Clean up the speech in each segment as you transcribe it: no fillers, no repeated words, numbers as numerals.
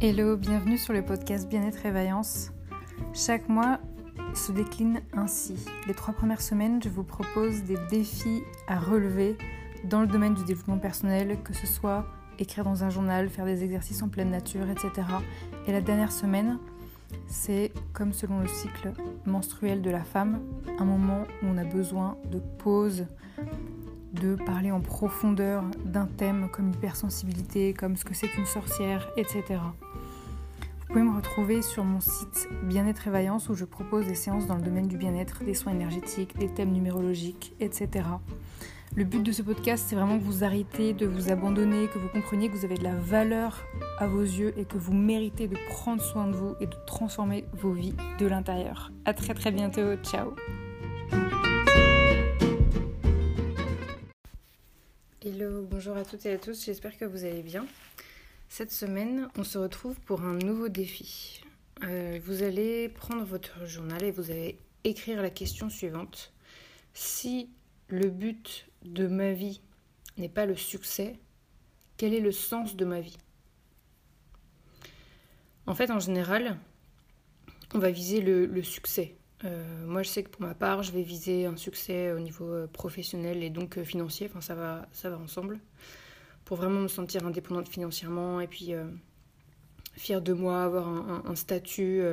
Hello, bienvenue sur le podcast Bien-être et Vaillance. Chaque mois se décline ainsi. Les 3 premières semaines, je vous propose des défis à relever dans le domaine du développement personnel, que ce soit écrire dans un journal, faire des exercices en pleine nature, etc. Et la dernière semaine, c'est comme selon le cycle menstruel de la femme, un moment où on a besoin de pause, de parler en profondeur d'un thème comme l'hypersensibilité, comme ce que c'est qu'une sorcière, etc. Vous pouvez me retrouver sur mon site Bien-être et Vaillance où je propose des séances dans le domaine du bien-être, des soins énergétiques, des thèmes numérologiques, etc. Le but de ce podcast, c'est vraiment que vous arrêtez de vous abandonner, que vous compreniez que vous avez de la valeur à vos yeux et que vous méritez de prendre soin de vous et de transformer vos vies de l'intérieur. À très très bientôt, ciao. Hello, bonjour à toutes et à tous, j'espère que vous allez bien. Cette semaine, on se retrouve pour un nouveau défi. Vous allez prendre votre journal et vous allez écrire la question suivante. Si le but de ma vie n'est pas le succès, quel est le sens de ma vie ? En fait, en général, on va viser le succès. Moi, je sais que pour ma part, je vais viser un succès au niveau professionnel et donc financier. Enfin, ça va ensemble. Pour vraiment me sentir indépendante financièrement et puis fière de moi, avoir un statut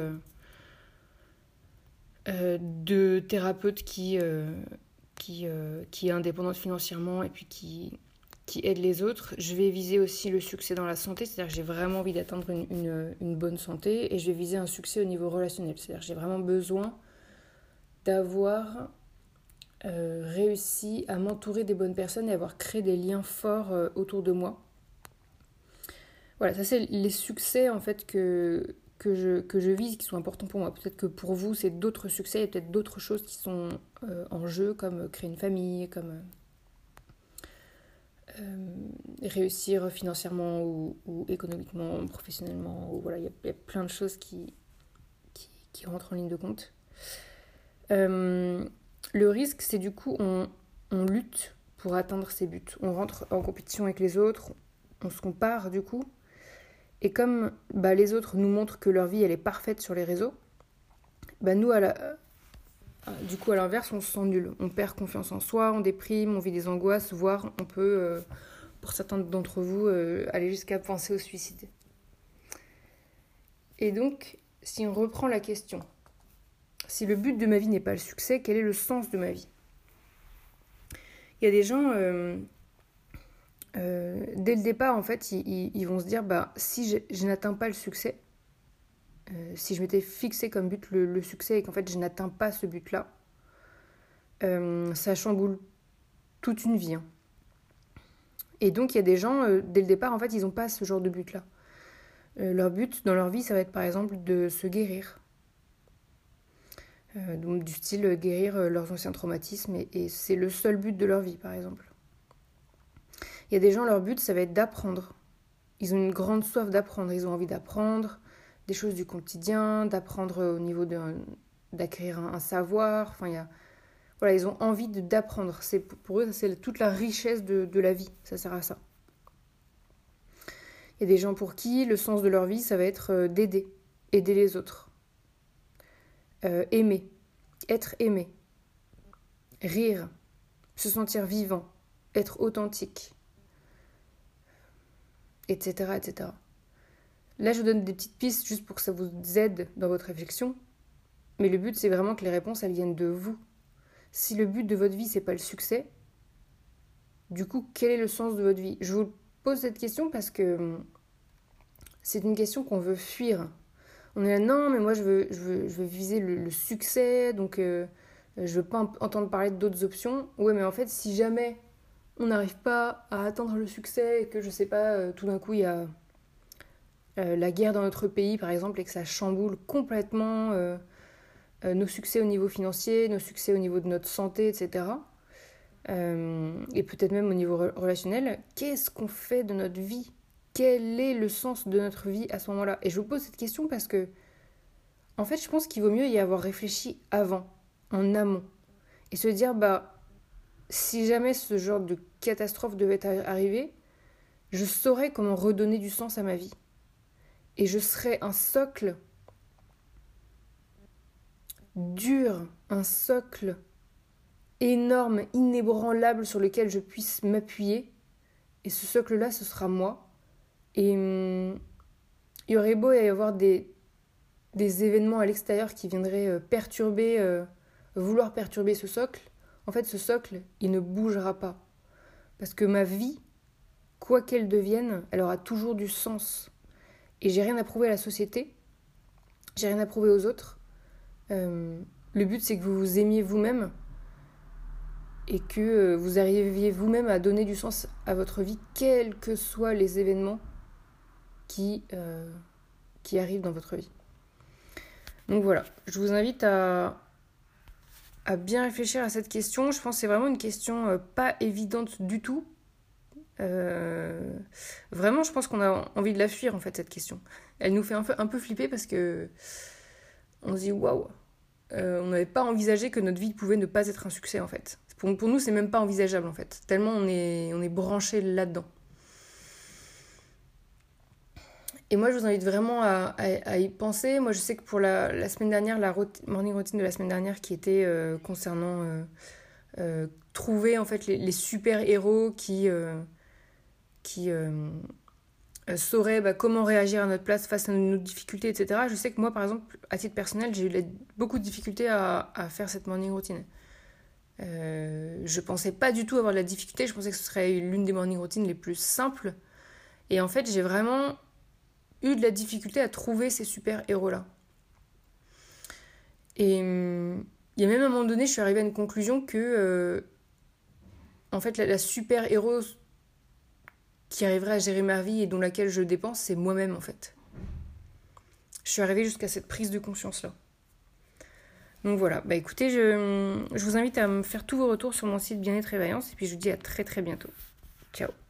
de thérapeute qui est indépendante financièrement et puis qui aide les autres. Je vais viser aussi le succès dans la santé, c'est-à-dire que j'ai vraiment envie d'atteindre une bonne santé, et je vais viser un succès au niveau relationnel, c'est-à-dire que j'ai vraiment besoin d'avoir réussi à m'entourer des bonnes personnes et avoir créé des liens forts autour de moi. Voilà, ça c'est les succès en fait que je vise, qui sont importants pour moi. Peut-être que pour vous c'est d'autres succès et peut-être d'autres choses qui sont en jeu, comme créer une famille, comme réussir financièrement ou économiquement, professionnellement. Ou voilà, il y a plein de choses qui rentrent en ligne de compte. Le risque, c'est du coup, on lutte pour atteindre ses buts. On rentre en compétition avec les autres, on se compare du coup. Et comme les autres nous montrent que leur vie, elle est parfaite sur les réseaux, nous, du coup, à l'inverse, on se sent nul. On perd confiance en soi, on déprime, on vit des angoisses, voire on peut, pour certains d'entre vous, aller jusqu'à penser au suicide. Et donc, si on reprend la question, si le but de ma vie n'est pas le succès, quel est le sens de ma vie ? Il y a des gens, dès le départ, en fait, ils vont se dire, si je n'atteins pas le succès, si je m'étais fixé comme but le succès et qu'en fait je n'atteins pas ce but-là, ça chamboule toute une vie. Et donc il y a des gens, dès le départ, en fait, ils n'ont pas ce genre de but-là. Leur but dans leur vie, ça va être par exemple de se guérir. Donc du style guérir leurs anciens traumatismes, et c'est le seul but de leur vie, par exemple. Il y a des gens, leur but, ça va être d'apprendre. Ils ont une grande soif d'apprendre, ils ont envie d'apprendre des choses du quotidien, d'apprendre au niveau d'acquérir un savoir. Enfin, ils ont envie d'apprendre. Pour eux, c'est toute la richesse de la vie, ça sert à ça. Il y a des gens pour qui le sens de leur vie, ça va être aider les autres. Aimer, être aimé, rire, se sentir vivant, être authentique, etc., etc. Là, je vous donne des petites pistes juste pour que ça vous aide dans votre réflexion, mais le but, c'est vraiment que les réponses, elles viennent de vous. Si le but de votre vie, c'est pas le succès, du coup, quel est le sens de votre vie ? Je vous pose cette question parce que c'est une question qu'on veut fuir. On est là, non, mais moi je veux viser le succès, donc je veux pas entendre parler d'autres options. Ouais, mais en fait, si jamais on n'arrive pas à atteindre le succès et que, je sais pas, tout d'un coup il y a la guerre dans notre pays, par exemple, et que ça chamboule complètement nos succès au niveau financier, nos succès au niveau de notre santé, etc. Et peut-être même au niveau relationnel, qu'est-ce qu'on fait de notre vie ? Quel est le sens de notre vie à ce moment-là ? Et je vous pose cette question parce que, en fait, je pense qu'il vaut mieux y avoir réfléchi avant, en amont, et se dire, si jamais ce genre de catastrophe devait arriver, je saurais comment redonner du sens à ma vie. et je serai un socle dur, un socle énorme, inébranlable sur lequel je puisse m'appuyer. Et ce socle-là, ce sera moi. Et il y aurait beau y avoir des événements à l'extérieur qui viendraient vouloir perturber ce socle. En fait, ce socle, il ne bougera pas. Parce que ma vie, quoi qu'elle devienne, elle aura toujours du sens. Et j'ai rien à prouver à la société. J'ai rien à prouver aux autres. Le but, c'est que vous vous aimiez vous-même et que vous arriviez vous-même à donner du sens à votre vie, quels que soient les événements qui arrivent dans votre vie. Donc voilà, je vous invite à bien réfléchir à cette question. Je pense que c'est vraiment une question pas évidente du tout. Vraiment, je pense qu'on a envie de la fuir, en fait, cette question. Elle nous fait un peu flipper parce que on se dit waouh, on n'avait pas envisagé que notre vie pouvait ne pas être un succès, en fait. Pour nous, c'est même pas envisageable, en fait. Tellement on est branché là-dedans. Et moi, je vous invite vraiment à y penser. Moi, je sais que pour la semaine dernière, morning routine de la semaine dernière qui était concernant trouver en fait les super-héros qui sauraient comment réagir à notre place face à nos difficultés, etc. Je sais que moi, par exemple, à titre personnel, j'ai eu beaucoup de difficultés à faire cette morning routine. Je pensais pas du tout avoir de la difficulté. Je pensais que ce serait l'une des morning routines les plus simples. Et en fait, j'ai vraiment eu de la difficulté à trouver ces super-héros-là. Et il y a même un moment donné, je suis arrivée à une conclusion que en fait, la super-héros qui arriverait à gérer ma vie et dont laquelle je dépense, c'est moi-même, en fait. Je suis arrivée jusqu'à cette prise de conscience-là. Donc voilà, écoutez, je vous invite à me faire tous vos retours sur mon site Bien-être et Vaillance, et puis je vous dis à très très bientôt. Ciao.